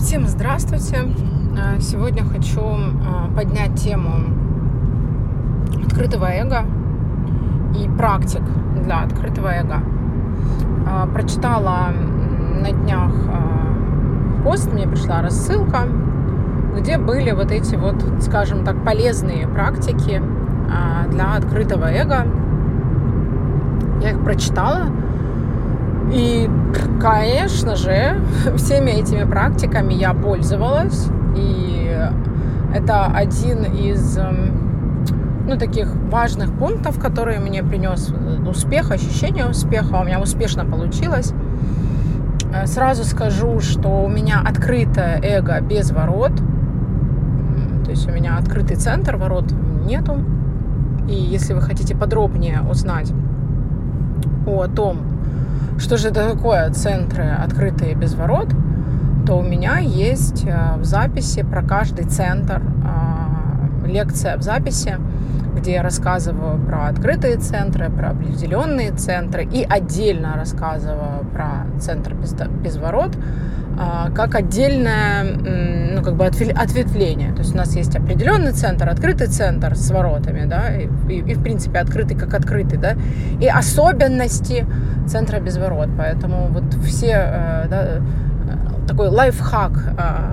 Всем здравствуйте! Сегодня хочу поднять тему открытого эго и практик для открытого эго. Прочитала на днях пост, мне пришла рассылка, где были вот эти вот, скажем так, полезные практики для открытого эго. Я их прочитала. И, конечно же, всеми этими практиками я пользовалась. И это один из таких важных пунктов, которые мне принес успех, ощущение успеха. У меня успешно получилось. Сразу скажу, что у меня открытое эго без ворот. То есть у меня открытый центр, ворот нету. И если вы хотите подробнее узнать о том, что же это такое центры открытые без ворот, то у меня есть в записи про каждый центр лекция в записи, где я рассказываю про открытые центры, про определенные центры и отдельно рассказываю про центр без ворот как отдельное ответвление. То есть у нас есть определенный центр, открытый центр с воротами, да, и в принципе открытый как открытый, да, и особенности центра без ворот. Поэтому вот все такой лайфхак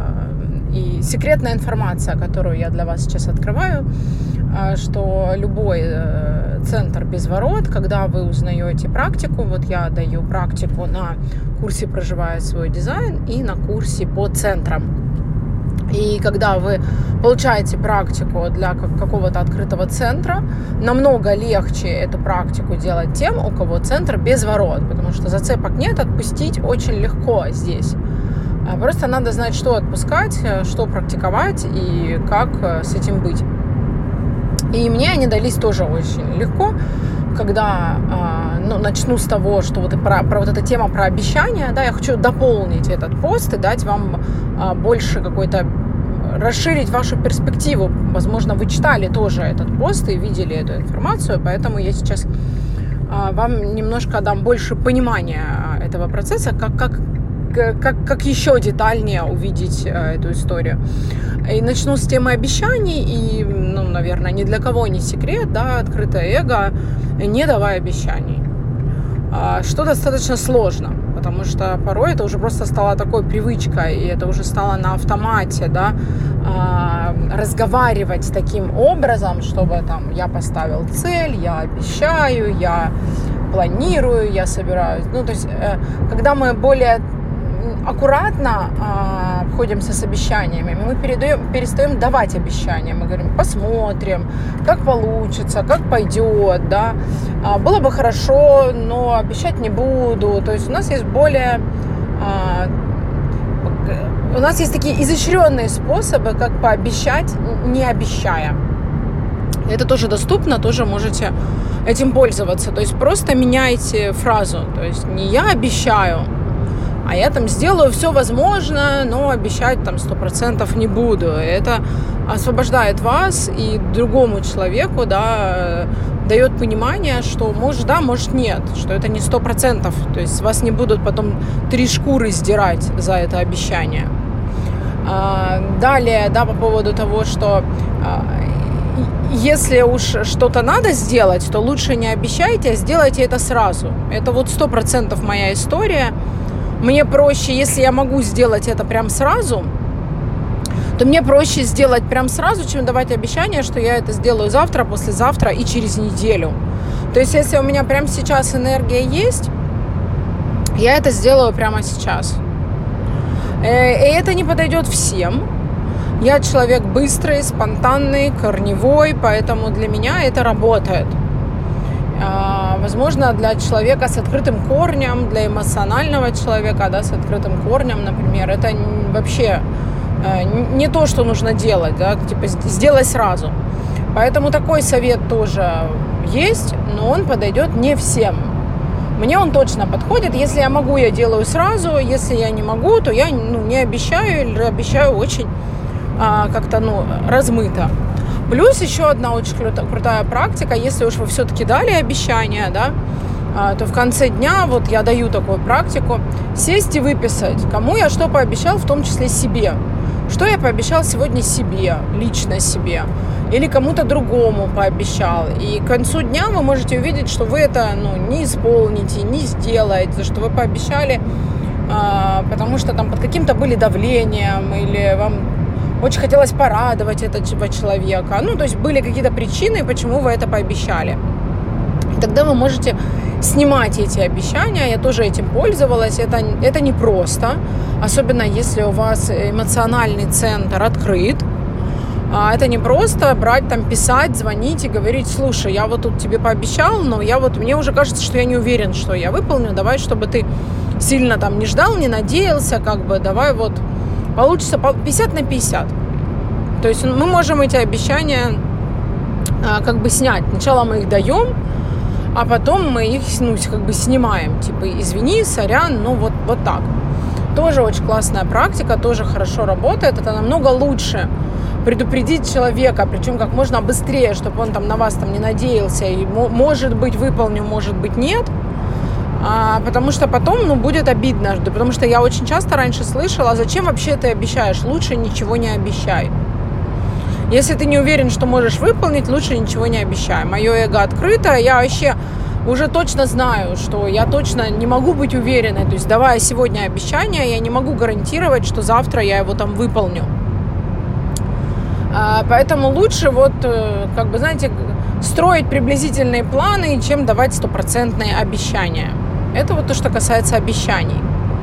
и секретная информация, которую я для вас сейчас открываю, что любой центр без ворот, когда вы узнаете практику, вот я даю практику на курсе «Проживая свой дизайн» и на курсе по центрам. И когда вы получаете практику для какого-то открытого центра, намного легче эту практику делать тем, у кого центр без ворот, потому что зацепок нет, отпустить очень легко здесь. Просто надо знать, что отпускать, что практиковать и как с этим быть. И мне они дались тоже очень легко, когда начну с того, что вот вот эта тема про обещания, да, я хочу дополнить этот пост и дать вам больше какой-то, расширить вашу перспективу. Возможно, вы читали тоже этот пост и видели эту информацию, поэтому я сейчас вам немножко дам больше понимания этого процесса, как еще детальнее увидеть эту историю. И начну с темы обещаний. И, наверное, ни для кого не секрет, да, открытое эго, не давай обещаний. Что достаточно сложно, потому что порой это уже просто стало такой привычкой, и это уже стало на автомате, да, разговаривать таким образом, чтобы там я поставил цель, я обещаю, я планирую, я собираюсь. То есть, когда мы более аккуратно обходимся с обещаниями, мы перестаем давать обещания. Мы говорим, посмотрим, как получится, как пойдет, да. Было бы хорошо, но обещать не буду. То есть у нас есть у нас есть такие изощренные способы, как пообещать, не обещая. Это тоже доступно, тоже можете этим пользоваться. То есть просто меняйте фразу. То есть не я обещаю, а я там сделаю все возможное, но обещать там 100% не буду. Это освобождает вас и другому человеку, да, дает понимание, что может да, может нет, что это не 100%. То есть с вас не будут потом 3 шкуры сдирать за это обещание. Далее, да, по поводу того, что если уж что-то надо сделать, то лучше не обещайте, а сделайте это сразу. Это вот 100% моя история. Мне проще, если я могу сделать это прям сразу, то мне проще сделать прям сразу, чем давать обещание, что я это сделаю завтра, послезавтра и через неделю. То есть, если у меня прямо сейчас энергия есть, я это сделаю прямо сейчас. И это не подойдет всем. Я человек быстрый, спонтанный, корневой, поэтому для меня это работает. Возможно, для человека с открытым корнем, для эмоционального человека, да, с открытым корнем, например, это вообще не то, что нужно делать, да, типа сделай сразу. Поэтому такой совет тоже есть, но он подойдет не всем. Мне он точно подходит. Если я могу, я делаю сразу. Если я не могу, то я не обещаю или обещаю очень как-то размыто. Плюс еще одна очень крутая практика, если уж вы все-таки дали обещание, да, то в конце дня вот я даю такую практику сесть и выписать, кому я что пообещал, в том числе себе. Что я пообещал сегодня себе, лично себе, или кому-то другому пообещал. И к концу дня вы можете увидеть, что вы это не исполните, не сделаете, что вы пообещали, потому что там под каким-то были давлением, или вам очень хотелось порадовать этого человека. То есть были какие-то причины, почему вы это пообещали. И тогда вы можете снимать эти обещания. Я тоже этим пользовалась. Это непросто, особенно если у вас эмоциональный центр открыт. Это не просто брать, писать, звонить и говорить: слушай, я вот тут тебе пообещал, но мне уже кажется, что я не уверен, что я выполню. Давай, чтобы ты сильно не ждал, не надеялся, давай вот получится 50/50. То есть мы можем эти обещания снять. Сначала мы их даем, а потом мы их снимаем. Извини, сорян, вот так. Тоже очень классная практика, тоже хорошо работает. Это намного лучше предупредить человека, причем как можно быстрее, чтобы он на вас не надеялся и, может быть, выполню, может быть, нет. Потому что потом, будет обидно. Потому что я очень часто раньше слышала: зачем вообще ты обещаешь? Лучше ничего не обещай. Если ты не уверен, что можешь выполнить, лучше ничего не обещай. Мое эго открыто, я вообще уже точно знаю, что я точно не могу быть уверенной. То есть, давая сегодня обещание, я не могу гарантировать, что завтра я его выполню. Поэтому лучше строить приблизительные планы, чем давать стопроцентные обещания. Это то, что касается обещаний.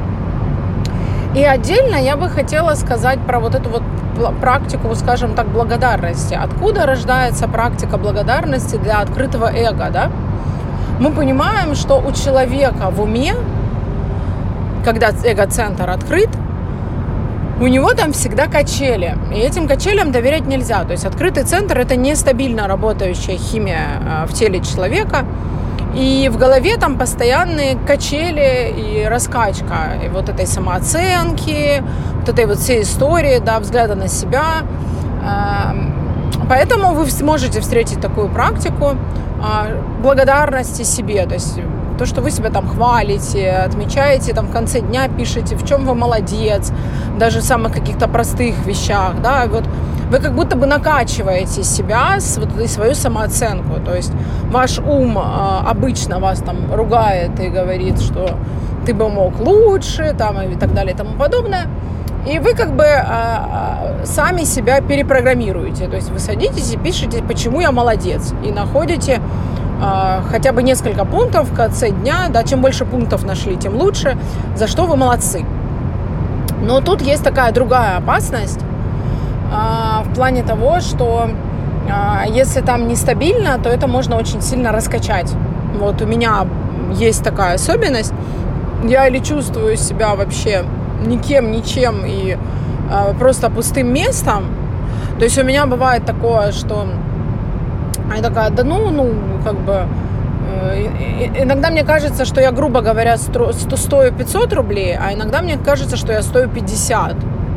И отдельно я бы хотела сказать про эту практику, скажем так, благодарности. Откуда рождается практика благодарности для открытого эго, да? Мы понимаем, что у человека в уме, когда эго-центр открыт, у него всегда качели. И этим качелям доверять нельзя. То есть открытый центр – это нестабильно работающая химия в теле человека. И в голове постоянные качели и раскачка. И этой самооценки, этой всей истории, взгляда на себя. Поэтому вы сможете встретить такую практику благодарности себе. То есть то, что вы себя хвалите, отмечаете, в конце дня пишете, в чем вы молодец, даже в самых каких-то простых вещах, да, вы как будто бы накачиваете себя, свою самооценку. То есть ваш ум обычно вас ругает и говорит, что ты бы мог лучше, и так далее и тому подобное. И вы сами себя перепрограммируете. То есть вы садитесь и пишете, почему я молодец, и находите хотя бы несколько пунктов в конце дня. Да, чем больше пунктов нашли, тем лучше, за что вы молодцы. Но тут есть такая другая опасность в плане того, что если нестабильно, то это можно очень сильно раскачать. У меня есть такая особенность. Я или чувствую себя вообще никем, ничем и просто пустым местом. То есть у меня бывает такое, что я такая: иногда мне кажется, что я, грубо говоря, стою 500 рублей, а иногда мне кажется, что я стою 50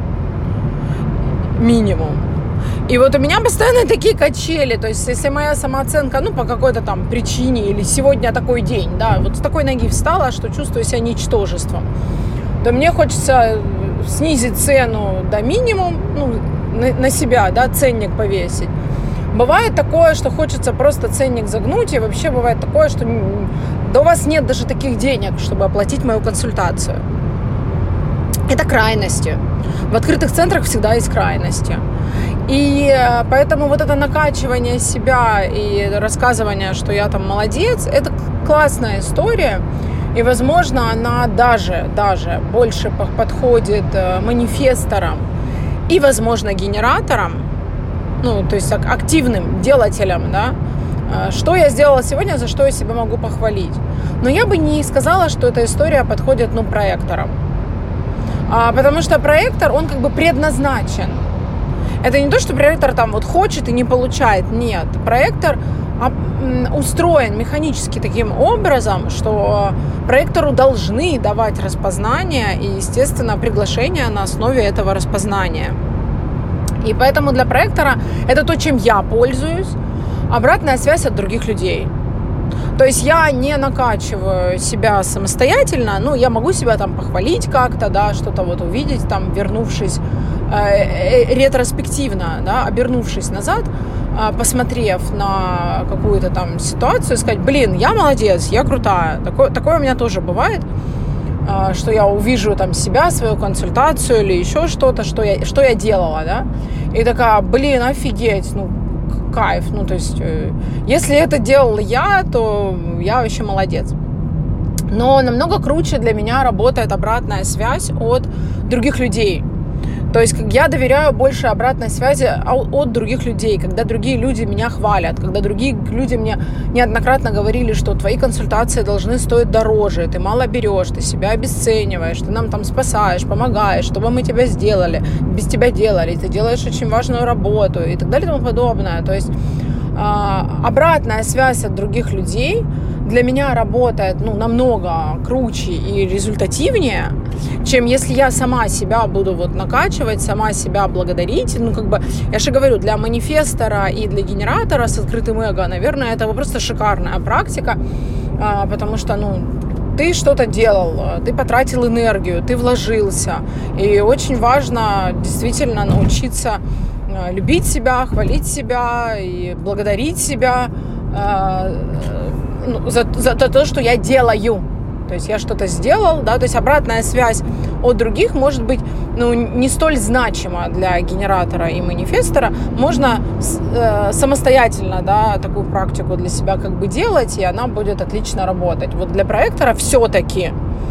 минимум. И у меня постоянно такие качели. То есть если моя самооценка, по какой-то причине, или сегодня такой день, да, с такой ноги встала, что чувствую себя ничтожеством, то мне хочется снизить цену до минимума, на себя, да, ценник повесить. Бывает такое, что хочется просто ценник загнуть, и вообще бывает такое, что у вас нет даже таких денег, чтобы оплатить мою консультацию. Это крайности. В открытых центрах всегда есть крайности. И поэтому это накачивание себя и рассказывание, что я молодец, это классная история. И, возможно, она даже больше подходит манифесторам и, возможно, генераторам, то есть активным делателям, да, что я сделала сегодня, за что я себя могу похвалить. Но я бы не сказала, что эта история подходит, проекторам. Потому что проектор, он предназначен. Это не то, что проектор хочет и не получает. Нет, проектор устроен механически таким образом, что проектору должны давать распознание и, естественно, приглашение на основе этого распознания. И поэтому для проектора это то, чем я пользуюсь, обратная связь от других людей. То есть я не накачиваю себя самостоятельно, ну, я могу себя там похвалить как-то, да, что-то вот увидеть, там, вернувшись ретроспективно, да, обернувшись назад, посмотрев на какую-то там ситуацию, сказать, блин, я молодец, я крутая. Такое у меня тоже бывает, что я увижу там себя, свою консультацию или еще что-то, что я делала, да, и такая, блин, офигеть, ну, кайф, ну, то есть, если это делала я, то я вообще молодец. Но намного круче для меня работает обратная связь от других людей. То есть я доверяю больше обратной связи от других людей, когда другие люди меня хвалят, когда другие люди мне неоднократно говорили, что твои консультации должны стоить дороже, ты мало берешь, ты себя обесцениваешь, ты нам там спасаешь, помогаешь, что бы мы тебя сделали, без тебя делали, ты делаешь очень важную работу и так далее и тому подобное. То есть обратная связь от других людей для меня работает, ну, намного круче и результативнее, чем если я сама себя буду вот накачивать, сама себя благодарить. Ну, как бы, я же говорю, для манифестора и для генератора с открытым эго, наверное, это просто шикарная практика, потому что, ну, ты что-то делал, ты потратил энергию, ты вложился. И очень важно действительно научиться любить себя, хвалить себя и благодарить себя за то, что я делаю. То есть я что-то сделал, да, то есть обратная связь от других может быть, ну, не столь значима для генератора и манифестора. Можно самостоятельно, да, такую практику для себя как бы делать, и она будет отлично работать. Вот для проектора все-таки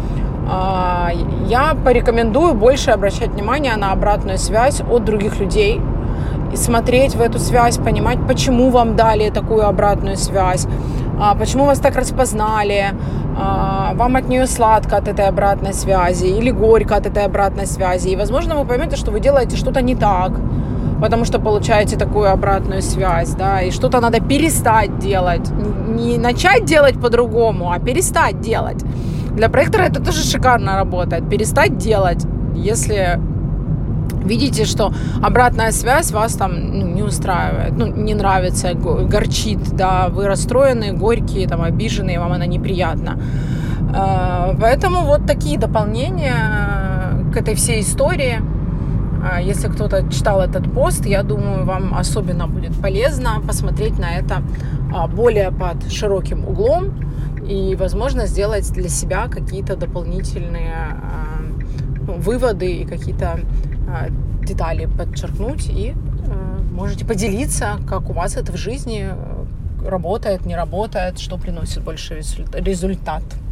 я порекомендую больше обращать внимание на обратную связь от других людей, и смотреть в эту связь, понимать, почему вам дали такую обратную связь, почему вас так распознали, вам от нее сладко от этой обратной связи или горько от этой обратной связи. И, возможно, вы поймете, что вы делаете что-то не так, потому что получаете такую обратную связь, да, и что-то надо перестать делать. Не начать делать по-другому, а перестать делать. Для проектора это тоже шикарно работает. Перестать делать, если видите, что обратная связь вас там, ну, не устраивает, ну, не нравится, горчит, да, вы расстроены, горькие, там, обиженные, вам она неприятна. Поэтому вот такие дополнения к этой всей истории. Если кто-то читал этот пост, я думаю, вам особенно будет полезно посмотреть на это более под широким углом и, возможно, сделать для себя какие-то дополнительные выводы и какие-то детали подчеркнуть, и можете поделиться, как у вас это в жизни работает, не работает, что приносит больше результат.